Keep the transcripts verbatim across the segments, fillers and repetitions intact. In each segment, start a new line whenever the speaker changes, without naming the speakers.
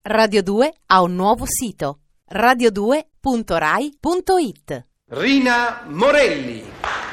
Radio due ha un nuovo sito, radio due punto rai punto it.
Rina Morelli.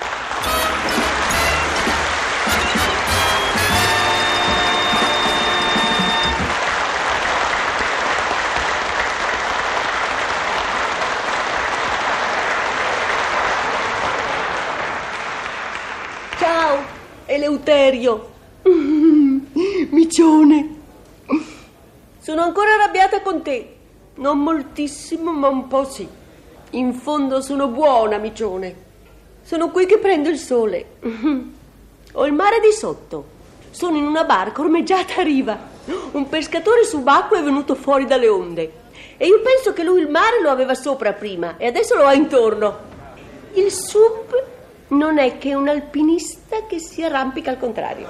Ciao, Eleuterio. Micione. Sono ancora arrabbiata con te. Non moltissimo, ma un po' sì. In fondo sono buona, Micione. Sono qui che prendo il sole. Ho il mare di sotto. Sono in una barca ormeggiata a riva. Un pescatore subacqueo è venuto fuori dalle onde. E io penso che lui il mare lo aveva sopra prima e adesso lo ha intorno. Il sub non è che un alpinista che si arrampica al contrario.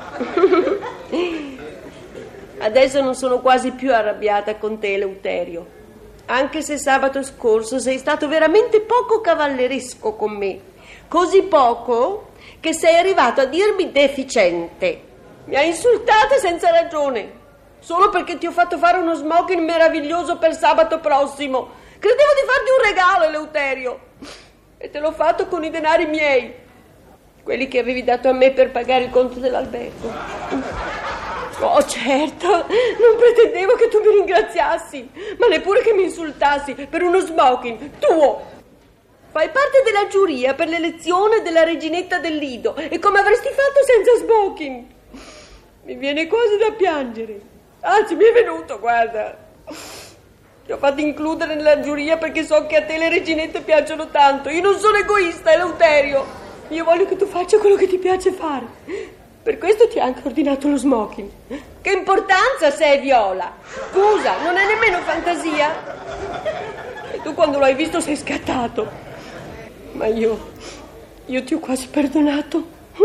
Adesso non sono quasi più arrabbiata con te, Eleuterio. Anche se sabato scorso sei stato veramente poco cavalleresco con me. Così poco che sei arrivato a dirmi deficiente. Mi hai insultata senza ragione, solo perché ti ho fatto fare uno smoking meraviglioso per sabato prossimo. Credevo di farti un regalo, Eleuterio, e te l'ho fatto con i denari miei, quelli che avevi dato a me per pagare il conto dell'albergo. Oh, certo, non pretendevo che tu mi ringraziassi, ma neppure che mi insultassi per uno smoking tuo. Fai parte della giuria per l'elezione della reginetta del Lido, e come avresti fatto senza smoking? Mi viene quasi da piangere. Anzi, mi è venuto, guarda. Ti ho fatto includere nella giuria perché so che a te le reginette piacciono tanto. Io non sono egoista, Eleuterio. Io voglio che tu faccia quello che ti piace fare. Per questo ti ha anche ordinato lo smoking. Che importanza se è viola? Scusa, non è nemmeno fantasia? E tu quando lo hai visto sei scattato. Ma io, io ti ho quasi perdonato.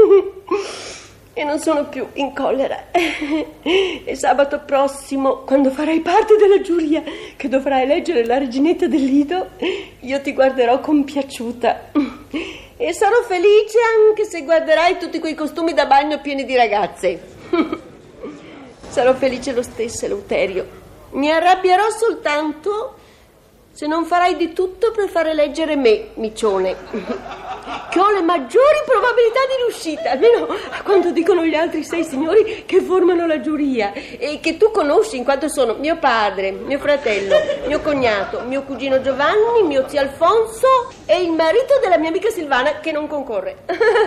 E non sono più in collera. E sabato prossimo, quando farai parte della giuria che dovrà eleggere la reginetta del Lido, io ti guarderò compiaciuta. E sarò felice anche se guarderai tutti quei costumi da bagno pieni di ragazze. Sarò felice lo stesso, Eleuterio. Mi arrabbierò soltanto se non farai di tutto per far eleggere me, Micione, che ho le maggiori probabilità di riuscita, almeno a quanto dicono gli altri sei signori che formano la giuria e che tu conosci in quanto sono mio padre, mio fratello, mio cognato, mio cugino Giovanni, mio zio Alfonso e il marito della mia amica Silvana che non concorre.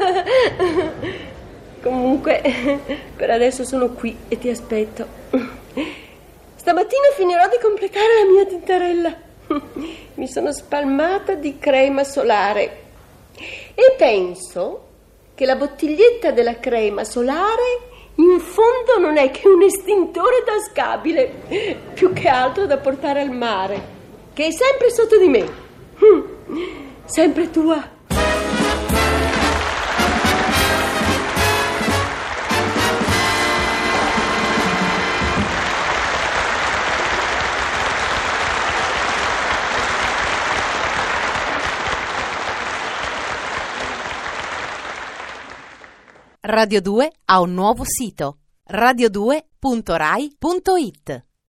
Comunque, per adesso sono qui e ti aspetto. Stamattina finirò di completare la mia tintarella. Mi sono spalmata di crema solare e penso che la bottiglietta della crema solare in fondo non è che un estintore tascabile, più che altro da portare al mare, che è sempre sotto di me, sempre tua.
Radio due ha un nuovo sito, radio due punto rai punto it.